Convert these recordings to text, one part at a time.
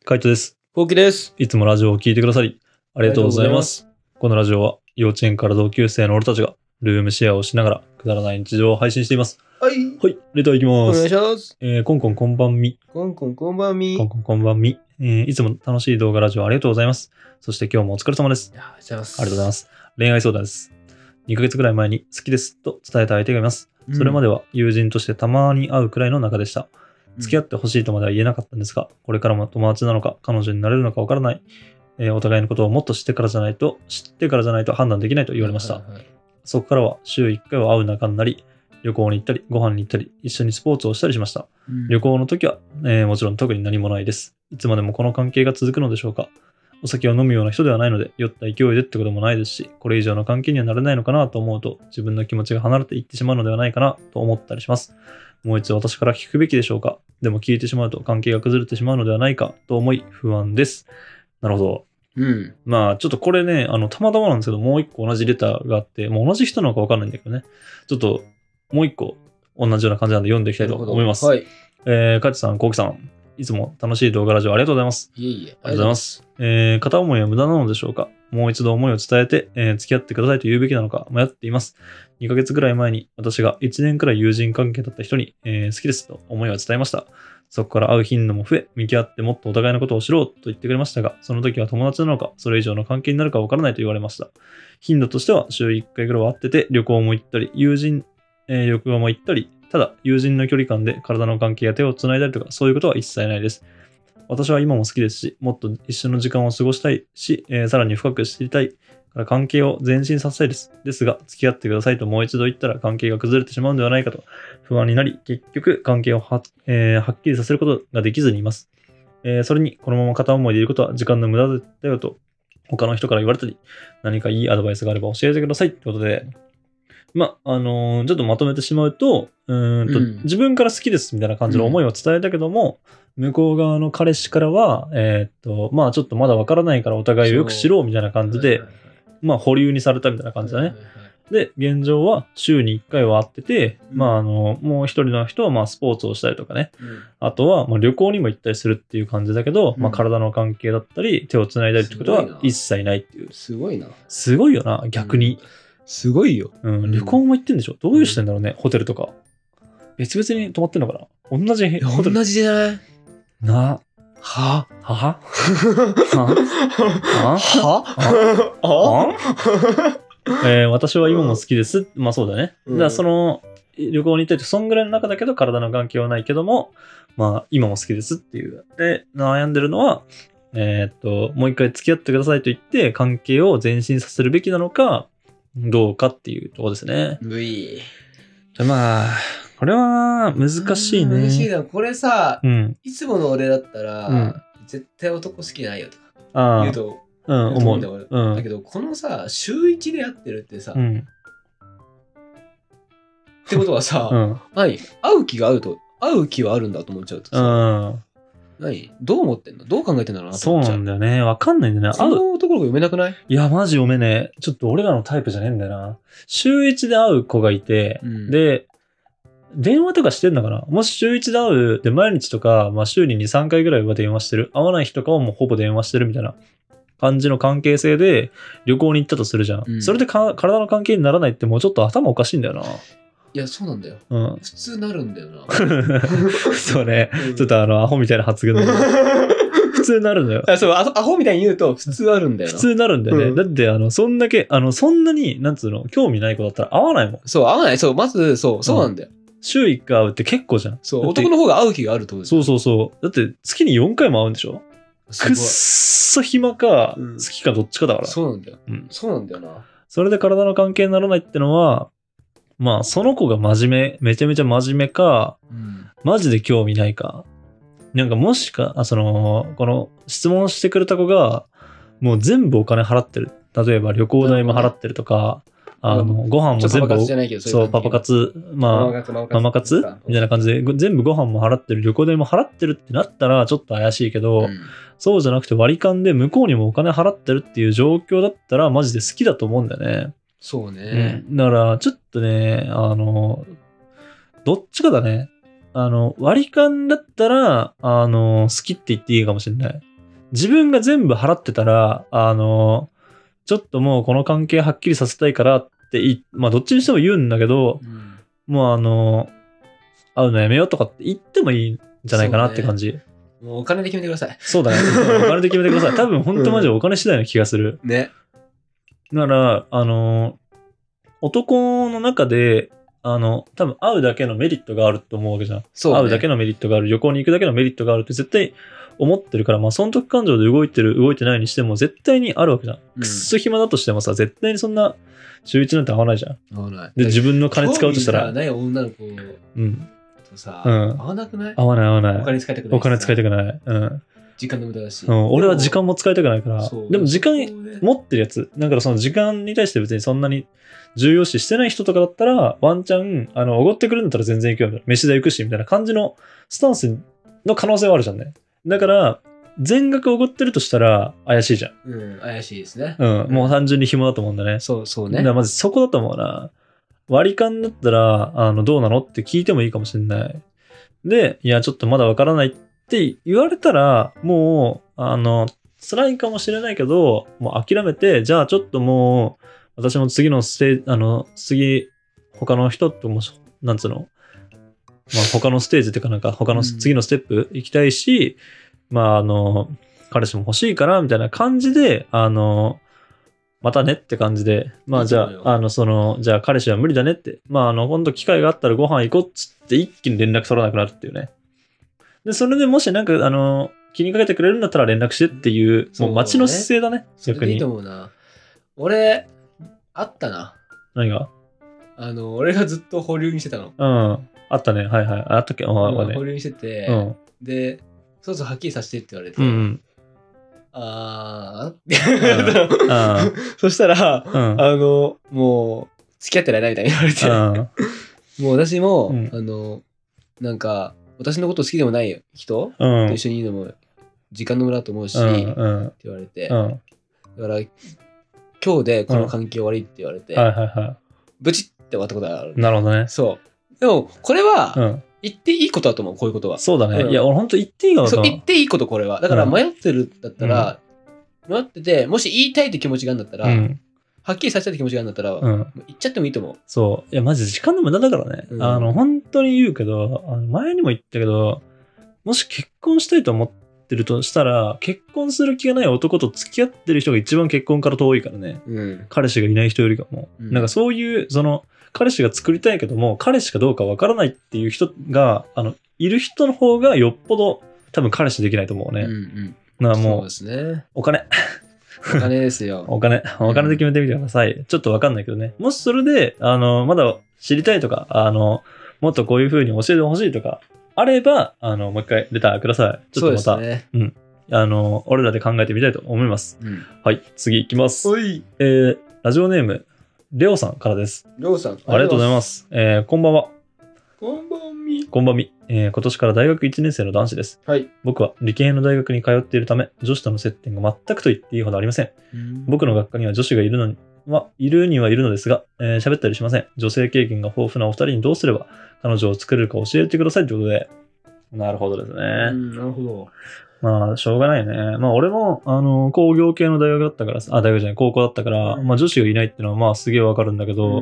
カイトです。 ほうきです。 いつもラジオを聞いてくださり、ありがとうございます。このラジオは、幼稚園から同級生の俺たちが、ルームシェアをしながら、くだらない日常を配信しています。 はい。 はい、レターいきます。 お願いします。 コンコンこんばんみ。 コンコンこんばんみ。 コンコンこんばんみ。いつも楽しい動画ラジオありがとうございます。そして今日もお疲れ様です。 ありがとうございます。 ありがとうございます。恋愛相談です。2ヶ月くらい前に好きですと伝えた相手がいます。それまでは友人としてたまに会うくらいの仲でした。付き合ってほしいとまでは言えなかったんですが、これからも友達なのか彼女になれるのかわからない、お互いのことをもっと知ってからじゃないと判断できないと言われました。そこからは週1回は会う仲になり、旅行に行ったり、ご飯に行ったり、一緒にスポーツをしたりしました。旅行の時は、もちろん特に何もないです。いつまでもこの関係が続くのでしょうか。お酒を飲むような人ではないので、酔った勢いでってこともないですし、これ以上の関係にはなれないのかなと思うと、自分の気持ちが離れていってしまうのではないかなと思ったりします。もう一度私から聞くべきでしょうか。でも聞いてしまうと関係が崩れてしまうのではないかと思い不安です。なるほど。まあちょっとこれね、たまたまなんですけど、もう一個同じレターがあって、もう同じ人なのかわかんないんだけどね。ちょっともう一個同じような感じなんで読んでいきたいと思います。 はい。 カイトさん、コウキさん、いつも楽しい動画ラジオありがとうございます。 いえいえ。 ありがとうございます。片思いは無駄なのでしょうか。もう一度思いを伝えて、付き合ってくださいと言うべきなのか迷っています。2ヶ月くらい前に私が1年くらい友人関係だった人に、好きですと思いを伝えました。そこから会う頻度も増え、向き合ってもっとお互いのことを知ろうと言ってくれましたが、その時は友達なのか、それ以上の関係になるかわからないと言われました。頻度としては週1回くらいは会ってて、旅行も行ったり、旅行も行ったり、ただ友人の距離感で体の関係や手をつないだりとか、そういうことは一切ないです。私は今も好きですし、もっと一緒の時間を過ごしたいし、さらに深く知りたいから関係を前進させたいです。ですが、付き合ってくださいともう一度言ったら関係が崩れてしまうのではないかと不安になり、結局関係をはっきりさせることができずにいます。それに、このまま片思いでいることは時間の無駄だよと、他の人から言われたり、何かいいアドバイスがあれば教えてくださいってことで、ちょっとまとめてしまうと、自分から好きですみたいな感じの思いを伝えたけども、向こう側の彼氏からは、ちょっとまだわからないからお互いをよく知ろうみたいな感じで、保留にされたみたいな感じだね。で、現状は週に1回は会ってて、もう一人の人はスポーツをしたりとかね、あとは旅行にも行ったりするっていう感じだけど、体の関係だったり、手をつないだりってことは一切ないっていう。 すごいな。 すごいよな、逆に。 すごいよ。 旅行も行ってんでしょ。どういうしてんだろうね、ホテルとか。別々に泊まってんのかな。同じホテル。 同じじゃないははは私は今も好きです。まあそうだね。だからその旅行に行ったりとそんぐらいの中だけど体の関係はないけども、今も好きですっていう。で、悩んでるのは、もう一回付き合ってくださいと言って関係を前進させるべきなのか、どうかっていうところですね。これは難しいね。 難しいな。これさ、いつもの俺だったら、絶対男好きないよとか言うと思うんだよ。だけど、このさ、週1でやってるってさ、ってことはさ、会う気はあるんだと思っちゃうとさ、どう思ってんの？どう考えてんだろうなと思っちゃう。 そうなんだよね。わかんないんだよね。 そのところが読めなくない？ いや、マジ読めねえ。ちょっと俺らのタイプじゃねえんだよな。週1で会う子がいて、で、電話とかしてんのかな？もし週1で会う、で、毎日とか、週に2、3回ぐらいは電話してる。会わない日とかはもうほぼ電話してるみたいな感じの関係性で旅行に行ったとするじゃん。それで体の関係にならないってもうちょっと頭おかしいんだよな。 いや、そうなんだよ。普通なるんだよな。 そうね。ちょっとアホみたいな発言だけど。普通なるんだよ。 そう、アホみたいに言うと普通あるんだよな。 普通なるんだよね。だって、そんだけ、そんなに、なんつうの、興味ない子だったら会わないもん。 そう、会わない。そう、まず、そうなんだよ。 週1回会うって結構じゃん。 そう、男の方が会う気があるってことそう。だって月に4回も会うんでしょ？くっそ暇か、好きかどっちかだから。 そうなんだよ。そうなんだよな。 それで体の関係にならないってのは、その子がめちゃめちゃ真面目か、マジで興味ないか。なんかもしか、この質問してくれた子が、もう全部お金払ってる。例えば旅行代も払ってるとか、ご飯も全部、そう、パパ活、ママ活みたいな感じで、全部ご飯も払ってる、旅行代も払ってるってなったらちょっと怪しいけど、そうじゃなくて割り勘で向こうにもお金払ってるっていう状況だったらマジで好きだと思うんだよね。 そうね。 だから、ちょっとね、どっちかだね。割り勘だったら、好きって言っていいかもしれない。 自分が全部払ってたら、ちょっともうこの関係はっきりさせたいからってまあどっちにしても言うんだけど、もう会うのやめようとかって言ってもいいんじゃないかなって感じ。 もうお金で決めてください。 そうだね。お金で決めてください。多分本当マジお金次第な気がする。 ね。 だから、男の中で、多分会うだけのメリットがあると思うわけじゃん。そう、ね。会うだけのメリットがある。旅行に行くだけのメリットがあるって絶対思ってるから、まあ損得感情で動いてる、動いてないにしても絶対にあるわけじゃん。くっそ暇だとしてもさ、絶対にそんな週1なんて合わないじゃん。合わない。で、自分の金使うとしたら。 興味ない女の子とさ、合わなくない？ 合わない合わない。 お金使いたくない。 お金使いたくない。 時間の無駄だし。 俺は時間も使いたくないから。でも時間持ってるやつ。だからその時間に対して別にそんなに重要視してない人とかだったら、ワンチャン、おごってくれるんだったら全然行くよみたいな。飯代行くし、みたいな感じのスタンスの可能性はあるじゃんね。だから、全額おごってるとしたら怪しいじゃん。 怪しいですね。 もう単純に紐だと思うんだね。 そうね。 だからまずそこだと思うな。割り勘だったら、どうなのって聞いてもいいかもしれない。で、いや、ちょっとまだわからないって言われたら、もう、辛いかもしれないけど、もう諦めて、じゃあちょっともう、私も次の他の人とも、なんつうの、まあ他のステージっていうかなんか他の次のステップ行きたいし、まあ彼氏も欲しいから、みたいな感じで、またねって感じで、まあじゃあ、じゃあ彼氏は無理だねって、まあ今度機会があったらご飯行こうっつって一気に連絡取らなくなるっていうね。で、それでもしなんか気にかけてくれるんだったら連絡してっていう、もう待ちの姿勢だね、 逆に。いいと思うな。俺、あったな。 何が？ 俺がずっと保留にしてたの。 あったね。はいはい。あったっけ？保留にしてて、で、そうそうはっきりさせてって言われて、そしたら、もう、付き合ってられないみたいに言われて、もう私も、なんか、私のこと好きでもない人と一緒にいるのも時間の無駄だと思うし、って言われて、だから、今日でこの関係終わりって言われて、ブチって終わったことがある。 なるほどね。 そう。でも、これは、言っていいことだと思う、こういうことは。 そうだね。いや、俺ほんと言っていいことだと思う。 言っていいこと、これは。だから迷ってるんだったら、迷ってて、もし言いたいって気持ちがあるんだったら、はっきりさせたいって気持ちがあるんだったら、言っちゃってもいいと思う。 そう。いや、マジ時間の無駄だからね。本当に言うけど、前にも言ったけど、もし結婚したいと思ってるとしたら、結婚する気がない男と付き合ってる人が一番結婚から遠いからね。彼氏がいない人よりかも。なんかそういう、彼氏が作りたいけども、彼氏かどうかわからないっていう人が、いる人の方がよっぽど多分彼氏できないと思うね。もう、そうですね。お金。 お金ですよ。 お金で決めてみてください。ちょっとわかんないけどね。もしそれで、まだ知りたいとか、もっとこういう風に教えてほしいとか、あれば、もう一回レターください。ちょっとまた、ね、俺らで考えてみたいと思います。はい、次行きます。ラジオネーム、レオさんからです。 レオさん、 ありがとうございます。こんばんは。 こんばんみ。 こんばんみ。今年から大学1年生の男子です。僕は理系の大学に通っているため、女子との接点が全くと言っていいほどありません。僕の学科には女子がいるにはいるのですが、喋ったりしません。女性経験が豊富なお二人にどうすれば彼女を作れるか教えてくださいということで。なるほどですね。 なるほど。 まあ、しょうがないね。まあ、俺も、工業系の大学だったから大学じゃない、高校だったから、まあ、女子がいないっていうのは、まあ、すげえわかるんだけど、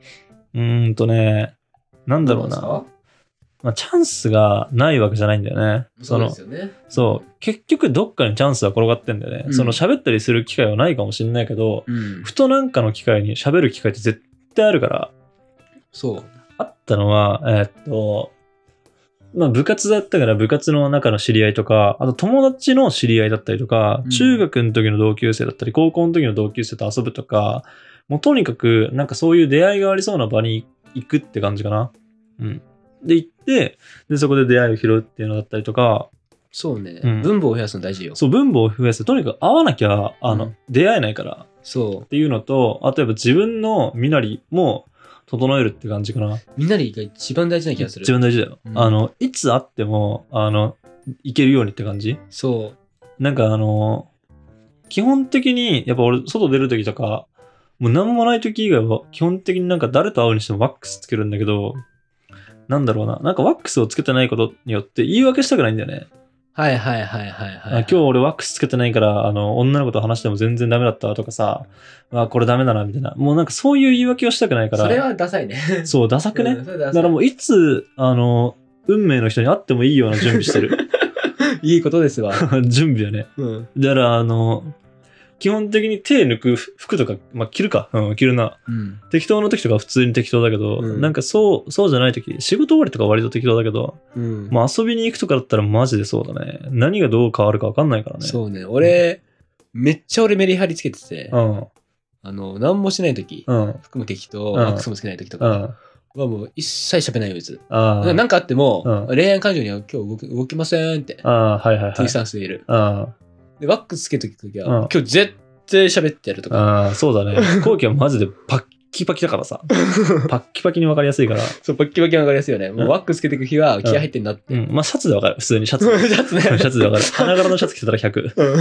なんだろうな。まあ、チャンスがないわけじゃないんだよね。 そうですよね。 そう。結局、どっかにチャンスは転がってんだよね。喋ったりする機会はないかもしれないけど、ふとなんかの機会に喋る機会って絶対あるから。 そう。 あったのは、まあ部活だったから部活の中の知り合いとか、あと友達の知り合いだったりとか、中学の時の同級生だったり、高校の時の同級生と遊ぶとか、もうとにかくなんかそういう出会いがありそうな場に行くって感じかな。で行って、でそこで出会いを拾うっていうのだったりとか。 そうね。分母を増やすの大事よ。 そう、分母を増やす。とにかく会わなきゃ、出会えないから。 そう。 っていうのと、あとやっぱ自分の身なりも、整えるって感じかな。 みんなでが一番大事な気がする。 一番大事だよ。いつ会っても、行けるようにって感じ？ そう。 なんか基本的に、やっぱ俺、外出るときとか、もう何もないとき以外は、基本的になんか誰と会うにしてもワックスつけるんだけど、なんだろうな。なんかワックスをつけてないことによって言い訳したくないんだよね。 はいはいはいはいはい。 今日俺ワックスつけてないから、女の子と話しても全然ダメだったとかさ、これダメだな、みたいな。もうなんかそういう言い訳をしたくないから。 それはダサいね。 そう、ダサくね。 それダサい。 だからもういつ、運命の人に会ってもいいような準備してる。 いいことですわ。 準備はね。だから基本的に手抜く服とか、まあ、着るか。着るな。適当な時とか普通に適当だけど、なんかそうじゃない時、仕事終わりとか割と適当だけど、まあ遊びに行くとかだったらマジでそうだね。何がどう変わるか分かんないからね。 そうね。めっちゃメリハリつけてて、何もしない時、服も適当、ワックスもつけない時とかはもう一切喋らないようになんかあっても、恋愛感情には今日動きませんって、T スタンスでいる。で、ワックスつけときは、今日絶対喋ってやるとか。 そうだね。後期はマジでパッキパキだからさ。パッキパキに分かりやすいから。 そう、パッキパキに分かりやすいよね。もうワックスつけていく日は気合入ってんなって。 まあ、シャツで分かる。普通にシャツ。 シャツね。 シャツで分かる。花柄のシャツ着てたら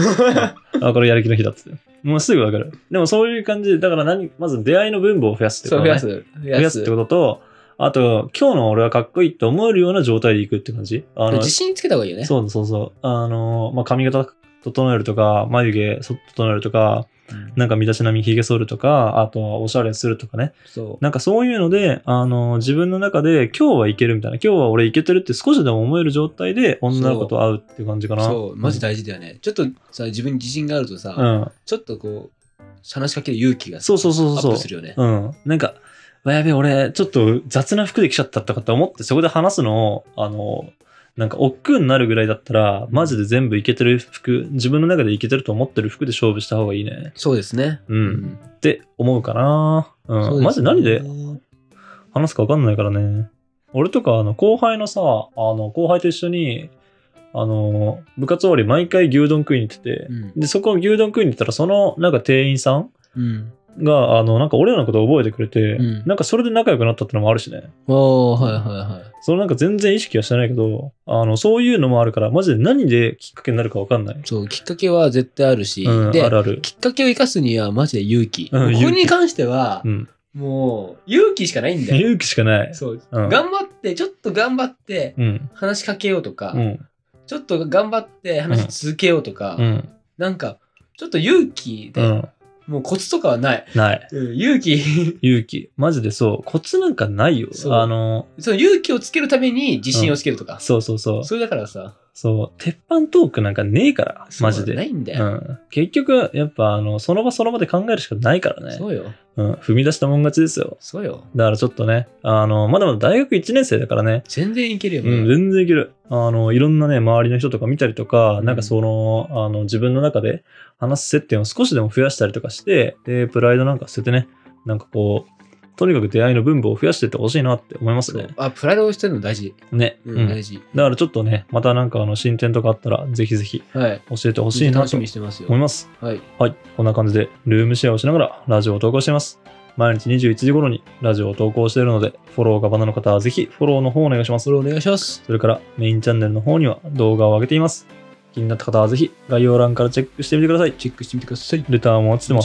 100。これやる気の日だっつって。もうすぐ分かる。でもそういう感じで、だからまず出会いの分母を増やすってことね。 そう、 増やすってことと、あと、今日の俺はかっこいいって思えるような状態でいくって感じ。 自信つけた方がいいよね。 そう。まあ、髪型整えるとか、眉毛整えるとか、なんか身だしなみ髭剃るとか、あとはおしゃれするとかね。なんかそういうので、自分の中で今日はいけるみたいな、今日は俺いけてるって少しでも思える状態で女の子と会うっていう感じかな。 そう、マジ大事だよね。ちょっとさ、自分に自信があるとさ、ちょっとこう、話しかける勇気がアップするよね。 なんか、やべえ、俺、ちょっと雑な服で来ちゃったとかって思って、そこで話すのを、なんか、億劫になるぐらいだったら、マジで全部いけてる服、自分の中でいけてると思ってる服で勝負した方がいいね。 そうですね。 って思うかな。マジ何で話すか分かんないからね。俺とか、後輩のさ、後輩と一緒に、部活終わり毎回牛丼食いに行ってて、で、そこ牛丼食いに行ったら、その、なんか店員さんが、なんか俺らのことを覚えてくれて、なんかそれで仲良くなったってのもあるしね。そのなんか全然意識はしてないけど、そういうのもあるから、マジで何できっかけになるか分かんない。 そう、きっかけは絶対あるし、で、 あるある。 きっかけを生かすにはマジで勇気。ここに関しては、もう、勇気しかないんだよ。 勇気しかない。 そう。頑張って、ちょっと頑張って、話しかけようとか、ちょっと頑張って話し続けようとか、なんか、ちょっと勇気で、もうコツとかはない。 ない。 勇気。 マジでそう。コツなんかないよ。 その勇気をつけるために自信をつけるとか。そう。それだからさ。 そう。鉄板トークなんかねえから。マジで。 ないんだよ。 結局、やっぱ、その場その場で考えるしかないからね。 そうよ。 踏み出したもん勝ちですよ。 そうよ。 だからちょっとね、まだまだ大学1年生だからね。 全然いけるよ。 全然いける。いろんなね、周りの人とか見たりとか、なんか自分の中で話す接点を少しでも増やしたりとかして、で、プライドなんか捨ててね、なんかこう、とにかく出会いの分母を増やしていってほしいなって思いますね。 プライドを捨てるの大事。 ね。 大事。 だからちょっとね、またなんか進展とかあったら、ぜひぜひ教えてほしいなと思います。はい。こんな感じで、ルームシェアをしながらラジオを投稿しています。毎日21時頃にラジオを投稿しているので、フォローがバナの方はぜひフォローの方をお願いします。 フォローお願いします。 それからメインチャンネルの方には動画を上げています。気になった方はぜひ概要欄からチェックしてみてください。レターも落ちてます。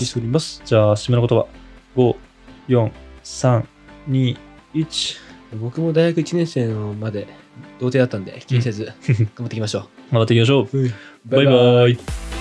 じゃあ、締めの言葉。5、4、3、2、1。 僕も大学1年生のまで童貞だったんで、気にせず頑張っていきましょう。 頑張っていきましょう。バイバイ。